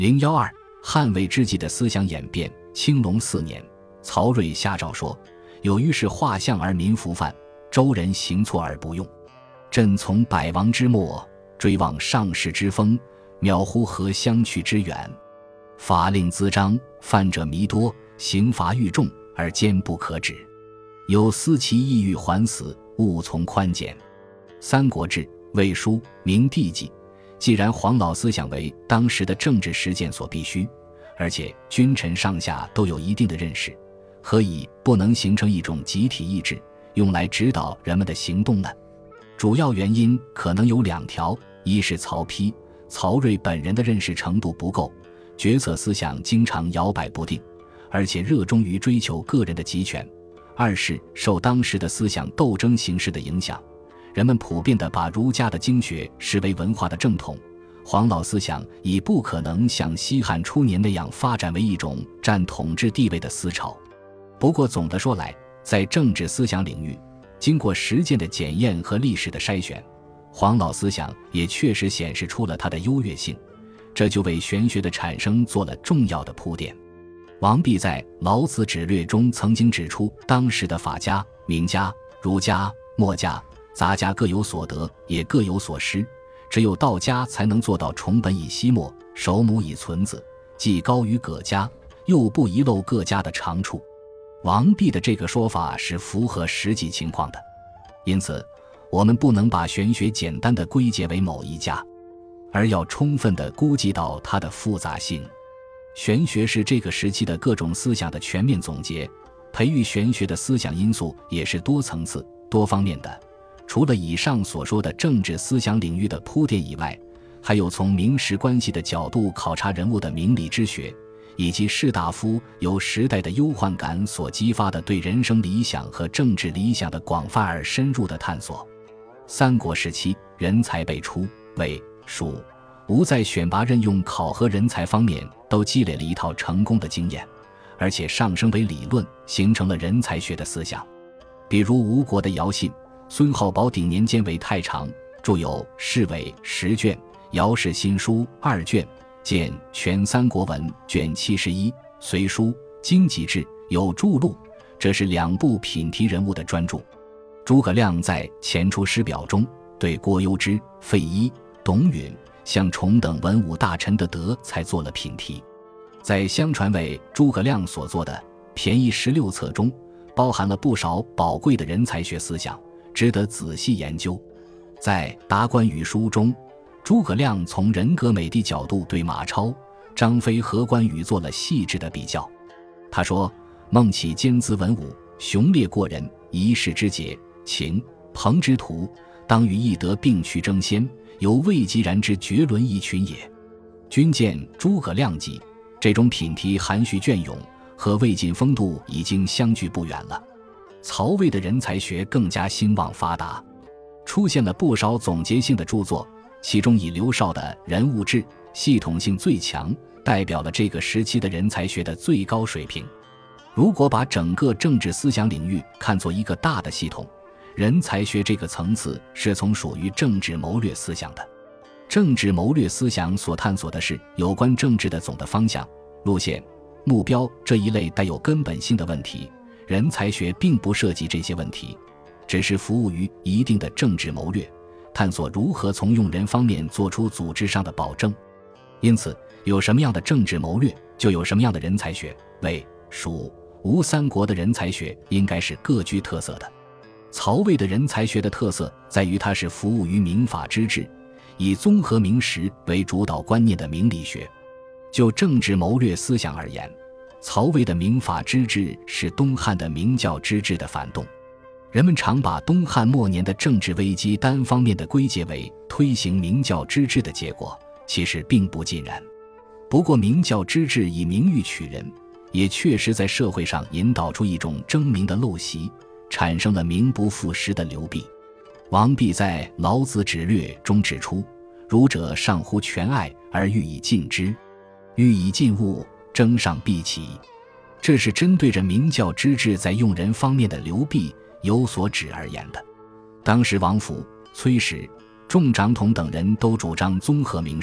012汉魏之际的思想演变。青龙4年，曹睿下诏说：有于是画像而民服犯，周人行错而不用。朕从百王之末，追望上世之风，渺乎何相去之远。法令滋章，犯者弥多，刑罚愈重，而坚不可止。有思其意欲还死，勿从宽减。三国志、魏书、明帝纪，既然黄老思想为当时的政治实践所必须，而且君臣上下都有一定的认识，何以不能形成一种集体意志，用来指导人们的行动呢？主要原因可能有2条：一是曹丕、曹睿本人的认识程度不够，决策思想经常摇摆不定，而且热衷于追求个人的集权；二是受当时的思想斗争形势的影响，人们普遍地把儒家的经学视为文化的正统，黄老思想已不可能像西汉初年那样发展为一种占统治地位的思潮。不过总的说来，在政治思想领域，经过实践的检验和历史的筛选，黄老思想也确实显示出了它的优越性，这就为玄学的产生做了重要的铺垫。王弼在《老子指略》中曾经指出，当时的法家、名家、儒家、墨家、杂家各有所得，也各有所失，只有道家才能做到重本以息末，守母以存子，既高于各家，又不遗漏各家的长处。王弼的这个说法是符合实际情况的，因此我们不能把玄学简单地归结为某一家，而要充分地估计到它的复杂性。玄学是这个时期的各种思想的全面总结，培育玄学的思想因素也是多层次、多方面的。除了以上所说的政治思想领域的铺垫以外，还有从名实关系的角度考察人物的明理之学，以及士大夫由时代的忧患感所激发的对人生理想和政治理想的广泛而深入的探索。三国时期，人才辈出，魏、蜀、吴在选拔任用考核人才方面都积累了一套成功的经验，而且上升为理论，形成了人才学的思想。比如吴国的姚信，孙浩宝鼎年间为太常，著有《释伪》10卷，《姚氏新书》2卷，见《全三国文》卷71，隋书、经籍志有著录，这是2部品题人物的专著。诸葛亮在《前出师表》中对郭攸之、费祎、董允、向崇等文武大臣的德才做了品题。在相传为诸葛亮所作的便宜16册中，包含了不少宝贵的人才学思想，值得仔细研究。在《达观语书》中，诸葛亮从人格美的角度对马超、张飞和关羽做了细致的比较。他说：孟起兼资文武，雄烈过人，一世之节，秦、彭之徒，当与翼德并驱争先，犹未及然之绝伦一群也。君见诸葛亮记，这种品题含蓄隽永，和魏晋风度已经相距不远了。曹魏的人才学更加兴旺发达，出现了不少总结性的著作，其中以刘绍的《人物志》系统性最强，代表了这个时期的人才学的最高水平。如果把整个政治思想领域看作一个大的系统，人才学这个层次是从属于政治谋略思想的。政治谋略思想所探索的是有关政治的总的方向、路线、目标这一类带有根本性的问题，人才学并不涉及这些问题，只是服务于一定的政治谋略，探索如何从用人方面做出组织上的保证。因此，有什么样的政治谋略，就有什么样的人才学。魏、蜀、吴三国的人才学应该是各具特色的。曹魏的人才学的特色在于它是服务于民法之治，以综合名实为主导观念的明理学。就政治谋略思想而言，曹魏的民法之治是东汉的明教之治的反动。人们常把东汉末年的政治危机单方面的归结为推行明教之治的结果，其实并不尽然。不过明教之治以名誉取人，也确实在社会上引导出一种争名的陋习，产生了名不副实的流弊。王弼在《老子指略》中指出，儒者上乎权爱而欲以尽之，欲以尽物，争上必起。这是针对着明教之治在用人方面的流弊有所指而言的。当时王府、崔实、仲长统等人都主张综合名实，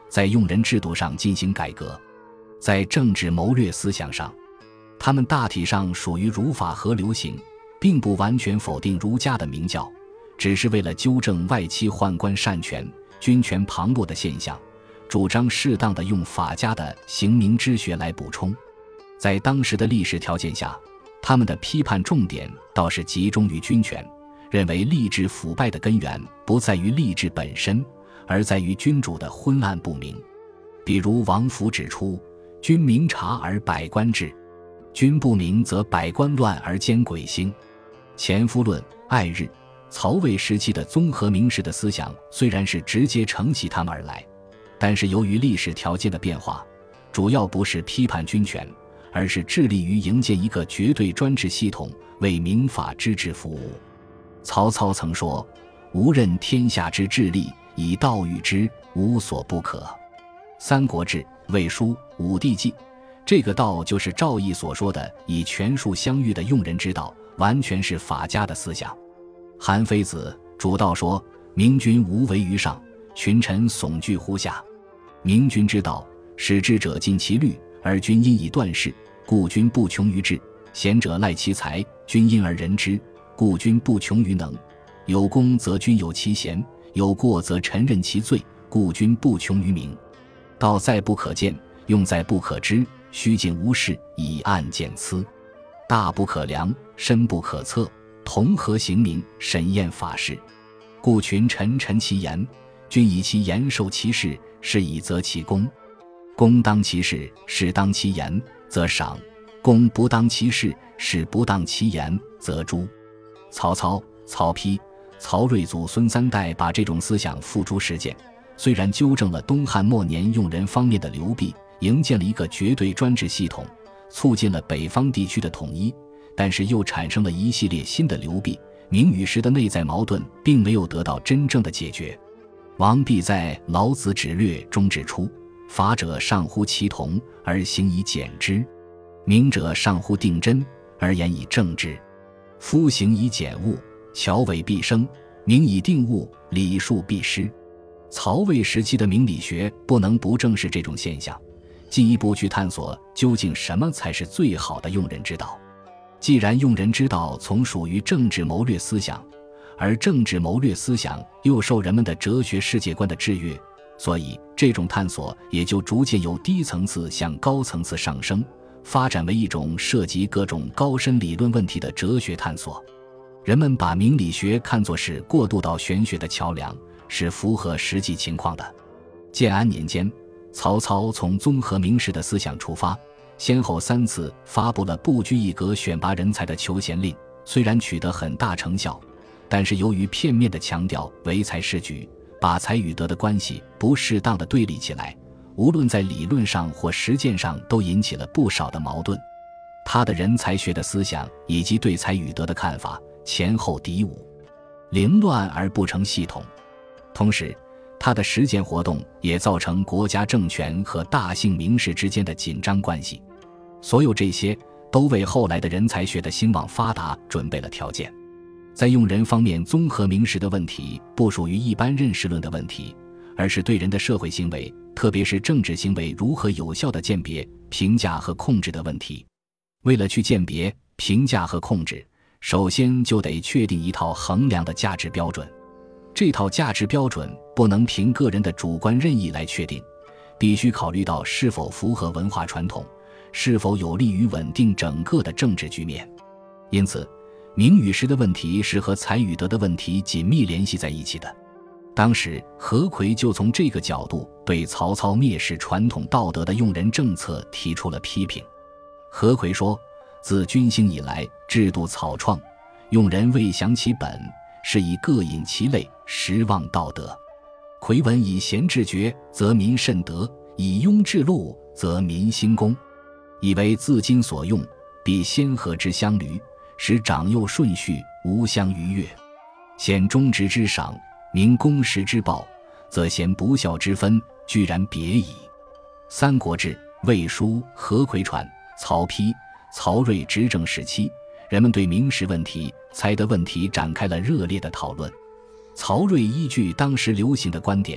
在用人制度上进行改革。在政治谋略思想上，他们大体上属于儒法合流行，并不完全否定儒家的明教，只是为了纠正外戚宦官擅权、军权旁落的现象，主张适当的用法家的刑名之学来补充。在当时的历史条件下，他们的批判重点倒是集中于军权，认为吏治腐败的根源不在于吏治本身，而在于君主的昏暗不明。比如王府指出，君明察而百官治，君不明则百官乱而奸鬼兴。前夫论、爱日、曹魏时期的综合明史的思想虽然是直接承袭他们而来，但是由于历史条件的变化，主要不是批判军权，而是致力于营建一个绝对专制系统，为民法之治服务。曹操曾说，吾任天下之治力，以道御之，无所不可。三国志、魏书、武帝纪，这个道就是赵翼所说的以权术相遇的用人之道，完全是法家的思想。韩非子主道说，明君无为于上，群臣悚惧乎下。明君之道，使智者尽其虑，而君因以断事，故君不穷于智；贤者赖其才，君因而人之，故君不穷于能；有功则君有其贤，有过则臣任其罪，故君不穷于名。道在不可见，用在不可知，虚静无事，以暗见疵。大不可量，深不可测，同合刑名，审验法事。故群臣陈其言，君以其言受其事，是以择其功。公当其事，事当其言，则赏；公不当其事，事不当其言，则诛。曹操、曹丕、曹睿祖孙三代把这种思想付诸实践，虽然纠正了东汉末年用人方面的流弊，营建了一个绝对专制系统，促进了北方地区的统一，但是又产生了一系列新的流弊，名与实的内在矛盾并没有得到真正的解决。王弼在《老子指略》中指出，法者上乎其同，而行以简之；明者上乎定真，而言以正之。夫行以简物，巧伪必生；明以定物，礼数必失。曹魏时期的明理学不能不正视这种现象，进一步去探索究竟什么才是最好的用人之道。既然用人之道从属于政治谋略思想，而政治谋略思想又受人们的哲学世界观的制约，所以这种探索也就逐渐由低层次向高层次上升，发展为一种涉及各种高深理论问题的哲学探索。人们把明理学看作是过渡到玄学的桥梁，是符合实际情况的。建安年间，曹操从综合明史的思想出发，先后3次发布了不拘一格选拔人才的求贤令，虽然取得很大成效，但是由于片面地强调唯才是举，把才与德的关系不适当地对立起来，无论在理论上或实践上都引起了不少的矛盾。他的人才学的思想以及对才与德的看法前后敌伍，凌乱而不成系统。同时，他的实践活动也造成国家政权和大姓名士之间的紧张关系。所有这些都为后来的人才学的兴旺发达准备了条件。在用人方面，综合明史的问题不属于一般认识论的问题，而是对人的社会行为，特别是政治行为如何有效地鉴别、评价和控制的问题。为了去鉴别、评价和控制，首先就得确定一套衡量的价值标准。这套价值标准不能凭个人的主观任意来确定，必须考虑到是否符合文化传统，是否有利于稳定整个的政治局面。因此，名与实的问题是和才与德的问题紧密联系在一起的。当时何奎就从这个角度对曹操蔑视传统道德的用人政策提出了批评。何奎说，自军兴以来，制度草创，用人未详其本，是以各引其类，实忘道德。奎文以贤治决，则民慎德；以庸治禄，则民兴功。以为自今所用，必先和之相驴，使长幼顺序无相逾越。显忠直之赏，明公实之报，则贤不孝之分，居然别矣。三国志、魏书、何奎传、曹丕、曹睿执政时期，人们对明史问题、才德问题展开了热烈的讨论。曹睿依据当时流行的观点，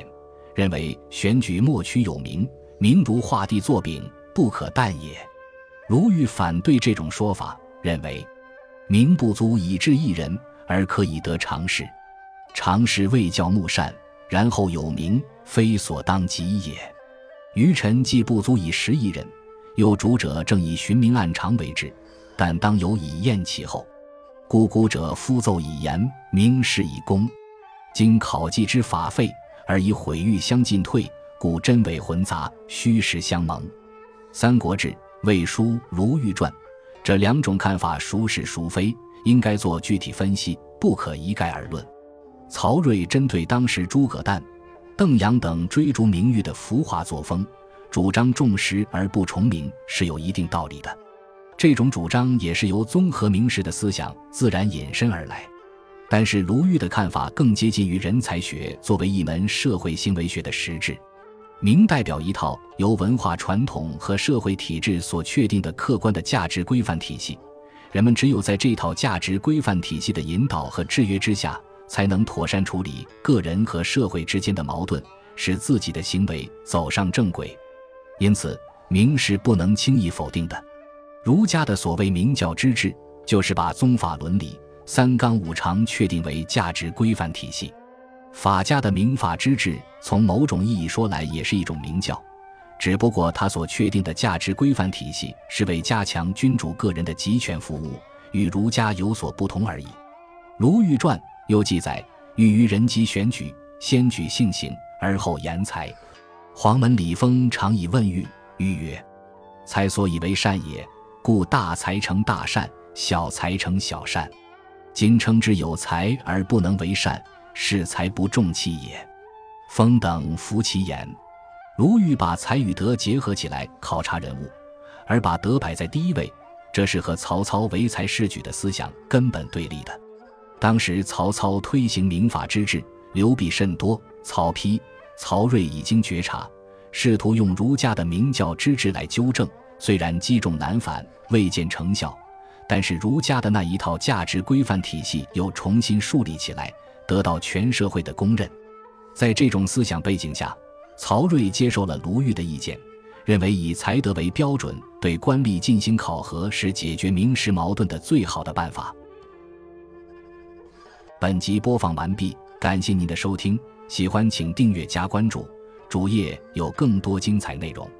认为选举莫取有名，名如画地作饼，不可惮也。卢玉反对这种说法，认为名不足以治一人，而可以得常事。常事未教目善，然后有名，非所当及也。愚臣既不足以识一人，有主者正以寻名按常为之，但当有以验其后。故古者夫奏以言，明示以功，经考绩之法废，而以毁誉相进退，故真伪混杂，虚实相蒙。三国志、魏书、卢玉传这两种看法孰是孰非，应该做具体分析，不可一概而论。曹睿针对当时诸葛诞、邓阳等追逐名誉的浮华作风，主张重实而不崇名，是有一定道理的。这种主张也是由综合名士的思想自然引申而来。但是卢玉的看法更接近于人才学作为一门社会行为学的实质。名代表一套由文化传统和社会体制所确定的客观的价值规范体系，人们只有在这套价值规范体系的引导和制约之下，才能妥善处理个人和社会之间的矛盾，使自己的行为走上正轨。因此名是不能轻易否定的。儒家的所谓名教之治，就是把宗法伦理、三纲五常确定为价值规范体系。法家的民法之治，从某种意义说来也是一种名教，只不过他所确定的价值规范体系是为加强君主个人的集权服务，与儒家有所不同而已。卢玉传又记载，欲于人机选举，先举性行，而后言才。黄门李丰常以问喻，喻曰：才所以为善也，故大才成大善，小才成小善。今称之有才而不能为善，是才不重器也。风等服其言。卢玉把才与德结合起来考察人物，而把德摆在第一位，这是和曹操唯才是举的思想根本对立的。当时曹操推行民法之治，流弊甚多，曹丕、曹睿已经觉察，试图用儒家的名教之治来纠正，虽然积重难返，未见成效，但是儒家的那一套价值规范体系又重新树立起来，得到全社会的公认。在这种思想背景下，曹睿接受了卢玉的意见，认为以才德为标准对官吏进行考核是解决名实矛盾的最好的办法。本集播放完毕，感谢您的收听，喜欢请订阅加关注，主页有更多精彩内容。